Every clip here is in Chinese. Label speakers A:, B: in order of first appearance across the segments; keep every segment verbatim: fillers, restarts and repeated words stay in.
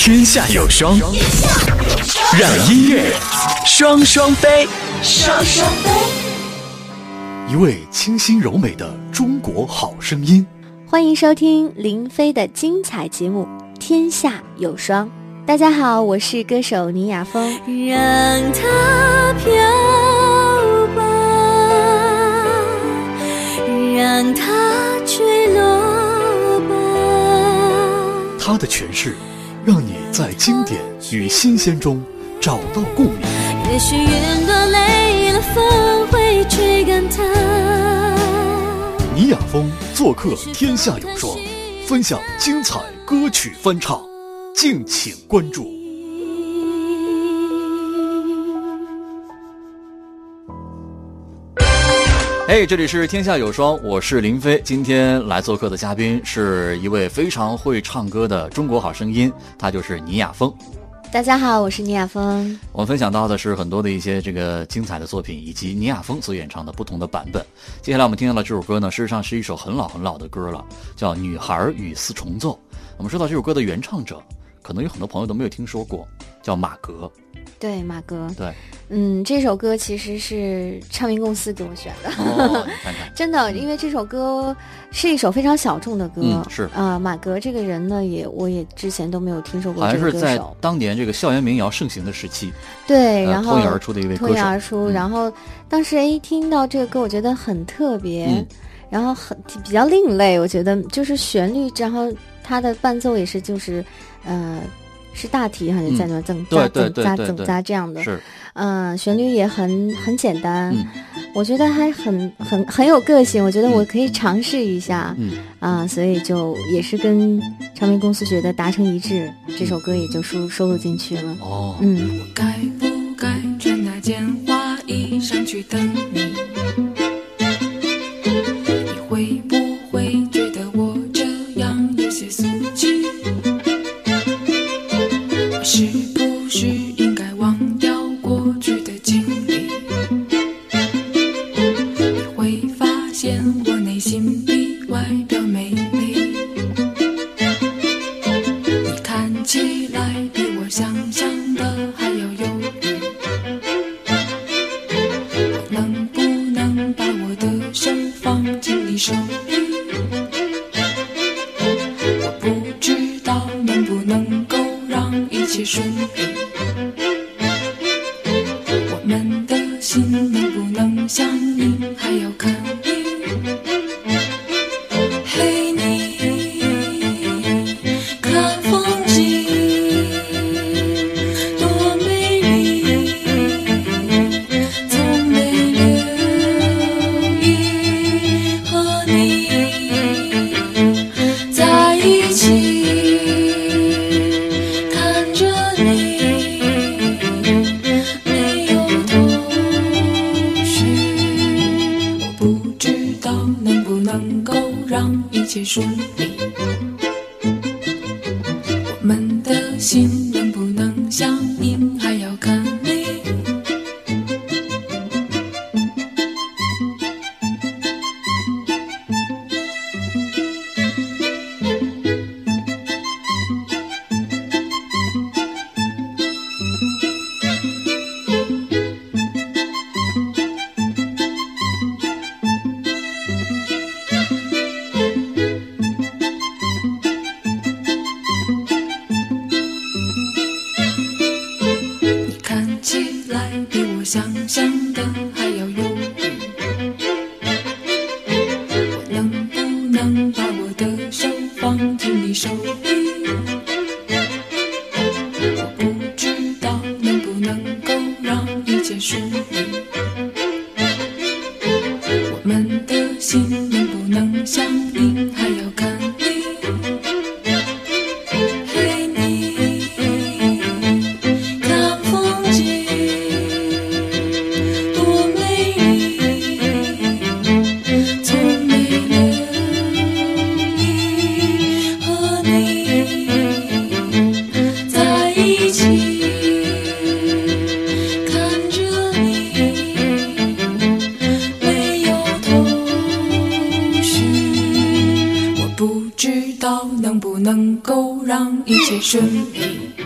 A: 天下有双，让音乐双双飞，双双飞。
B: 一位清新柔美的中国好声音，
C: 欢迎收听林飞的精彩节目《天下有双》。大家好，我是歌手倪雅峰。
D: 让它飘吧，让它坠落吧。
B: 他的诠释让你在经典与新鲜中找到共鸣。
D: 也许云朵累了，风会吹干它。
B: 倪雅峰做客《天下有双》，分享精彩歌曲翻唱，敬请关注。
E: 嘿、hey, 这里是天下有双，我是林飞。今天来做客的嘉宾是一位非常会唱歌的中国好声音，他就是倪雅峰。
C: 大家好，我是倪雅峰。
E: 我们分享到的是很多的一些这个精彩的作品，以及倪雅峰所演唱的不同的版本。接下来我们听到的这首歌呢，事实上是一首很老很老的歌了，叫《女孩与四重奏》。我们说到这首歌的原唱者，可能有很多朋友都没有听说过，叫马格。
C: 对，马格。
E: 对，
C: 嗯，这首歌其实是唱片公司给我选的。
E: 哦，你看看，
C: 真的，因为这首歌是一首非常小众的歌。
E: 嗯，是
C: 啊、呃，马格这个人呢，也我也之前都没有听说过
E: 好
C: 这个歌手。
E: 像是在当年这个校园民谣盛行的时期，
C: 对，
E: 呃、
C: 然后
E: 脱颖而出的一位歌手。
C: 脱颖而出，
E: 嗯、
C: 然后当时哎听到这个歌，我觉得很特别，
E: 嗯、
C: 然后很比较另类，我觉得就是旋律，然后它的伴奏也是就是呃。是大提还是在那增加增加增加这样的，
E: 是，
C: 嗯，旋律也很很简单，
E: 嗯，
C: 我觉得还很很很有个性，我觉得我可以尝试一下，
E: 嗯
C: 啊，所以就也是跟唱片公司觉得达成一致，这首歌也就收收录进去了。
E: 哦，
C: 嗯，
F: 我该不该穿那件花衣裳去等你？你会不会觉得我这样有些俗气？是不是应该忘掉过去的经历？你会发现我内心比外表美丽。你看起来比我想象的还要犹豫。我能不能把我的手放进你手里？我不知道能不能够让一切顺利，我们的心能不能相应还要看你。嘿你看风景多美丽，从没留意和你在一起。顺利，我们的心能不能相应还要看你。想象的还要犹豫，我能不能把我的手放进你手里？我不知道能不能够让一切顺利，我们的心能不能相应还要看你。嘿你看风景能不能够让一切顺利？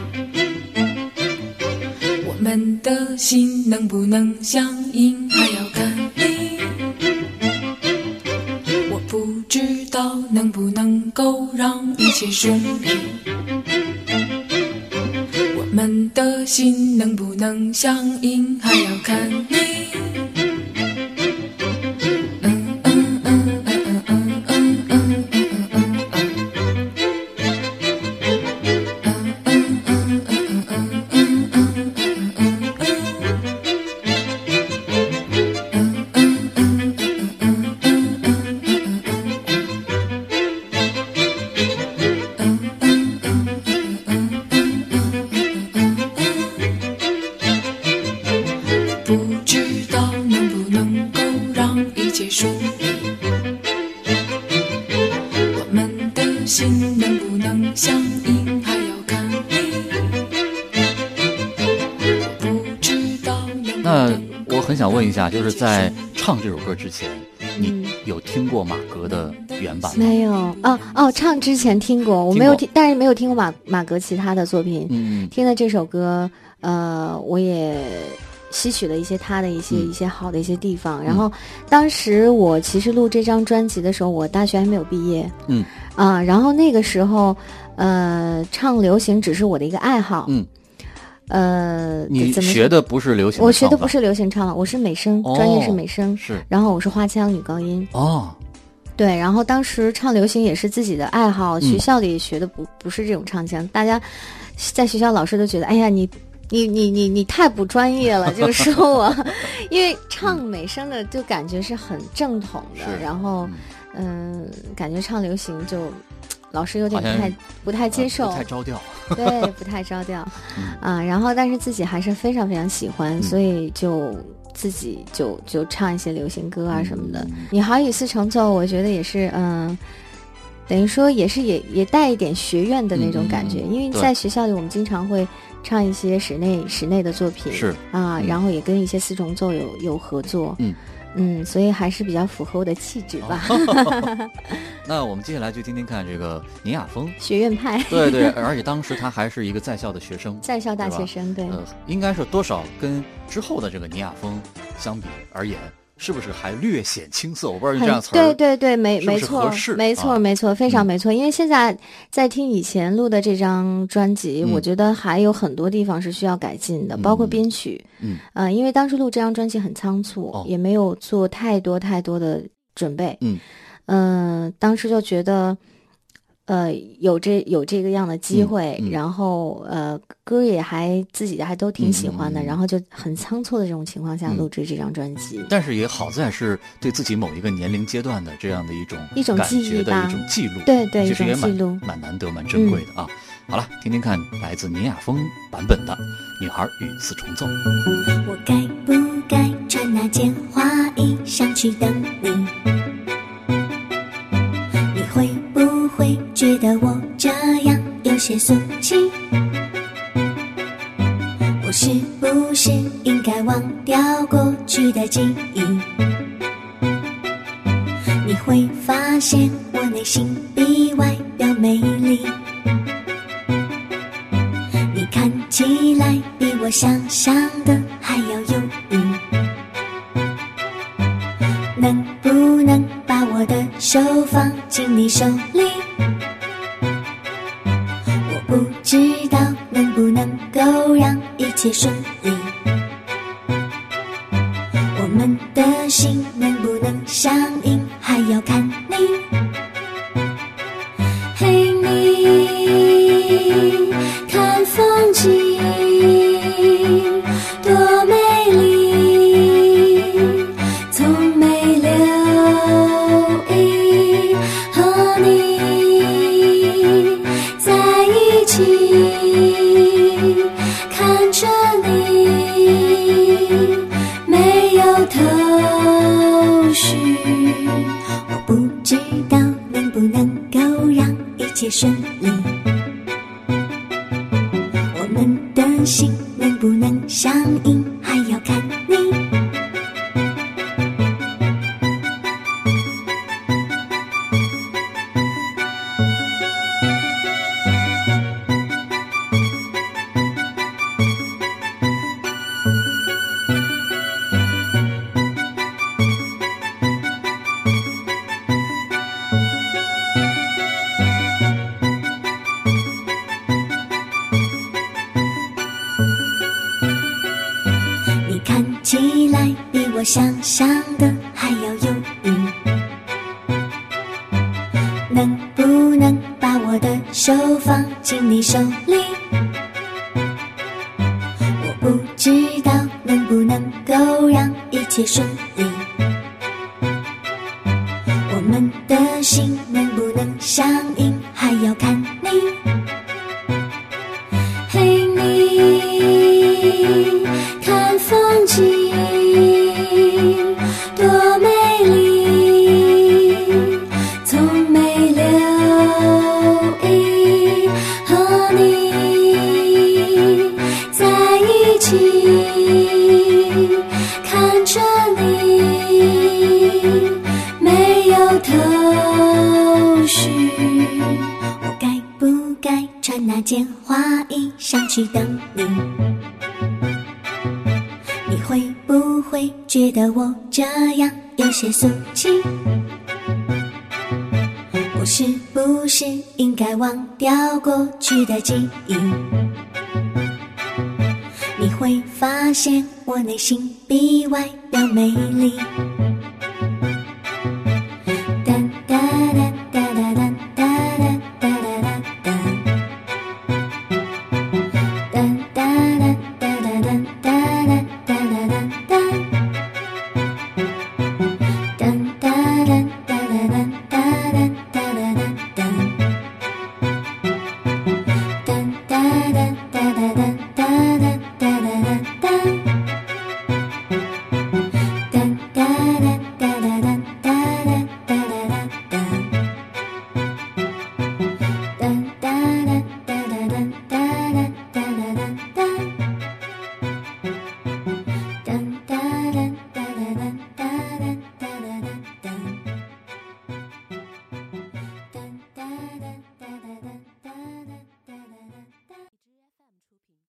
F: 们的心能不能相应，还要看你。我不知道能不能够让一切顺利。我们的心能不能相应，还要看你。
E: 就是在唱这首歌之前，你有听过马格的原版吗？
C: 没有。哦哦，唱之前听过，我没有听，但是没有听过马马格其他的作品。嗯，听了这首歌，呃，我也吸取了一些他的一些、嗯、一些好的一些地方。然后，当时我其实录这张专辑的时候，我大学还没有毕业。嗯啊，然后那个时候，呃，唱流行只是我的一个爱好。嗯。呃，
E: 你学的不是流行唱法？
C: 我学的不是流行唱法，我是美声，哦、专业是美声。
E: 是，
C: 然后我是花腔女高音。
E: 哦，
C: 对，然后当时唱流行也是自己的爱好，
E: 嗯、
C: 学校里学的不不是这种唱腔，大家在学校老师都觉得，哎呀，你你你你你太不专业了，就说我，因为唱美声的就感觉是很正统的，然后嗯、呃，感觉唱流行就。老师有点不太不太接受，
E: 不太着调，
C: 对，不太着调，
E: 嗯、
C: 啊。然后，但是自己还是非常非常喜欢，嗯、所以就自己就就唱一些流行歌啊什么的。嗯、你好与四重奏，我觉得也是，嗯，等于说也是也也带一点学院的那种感觉，
E: 嗯、
C: 因为在学校里我们经常会唱一些室内室内的作品，
E: 是
C: 啊，然后也跟一些四重奏有有合作，
E: 嗯。
C: 嗯，所以还是比较符合我的气质吧。
E: 哦、那我们接下来就听听看这个倪雅峰，
C: 学院派。
E: 对对，而且当时他还是一个在校的学生，
C: 在校大学生，对，
E: 呃，应该是多少跟之后的这个倪雅峰相比而言，是不是还略显青涩？我不知道用这样词儿，
C: 对对对，没没错，没错、
E: 啊、
C: 没错，非常没错。因为现在在听以前录的这张专辑，
E: 嗯、
C: 我觉得还有很多地方是需要改进的，嗯、包括编曲。
E: 嗯，
C: 呃，因为当时录这张专辑很仓促，
E: 哦、
C: 也没有做太多太多的准备。
E: 嗯，
C: 嗯、呃，当时就觉得。呃，有这有这个样的机会，
E: 嗯嗯、
C: 然后呃，歌也还自己还都挺喜欢的，
E: 嗯嗯、
C: 然后就很仓促的这种情况下录制这张专辑。
E: 嗯、但是也好在是对自己某一个年龄阶段的这样的一种
C: 一种记忆
E: 的一种记录，
C: 对对，
E: 其实也蛮
C: 记录
E: 蛮难得、蛮珍贵的啊。嗯、好了，听听看来自倪雅峰版本的《女孩与四重奏》。
G: 我该不该穿那件花衣裳去等你？会不会觉得我这样有些俗气？我是不是应该忘掉过去的记忆？你会发现我内心比外表美丽，你看起来比我想象的还要忧郁。能不能把我的手放进你手里？我不知道能不能够让一切顺利。我们的心能不能相应，还要看你。嘿，你看风景多美丽，从没留意和你在一起，看着你没有头绪。我不知道能不能够让一切顺利，我们的心能不能相应，还要看你。 我想象的还要犹豫。能不能把我的手放进你手里？我不知道能不能够让一切顺利。我们的心能不能相应，还要看你。嘿，你看风景多美丽，从没留意和你在一起，看着你没有头绪，我该不该穿那件花衣上去等你？你会不会觉得我这样有些俗气？我是不是应该忘掉过去的记忆？你会发现我内心比外表美丽。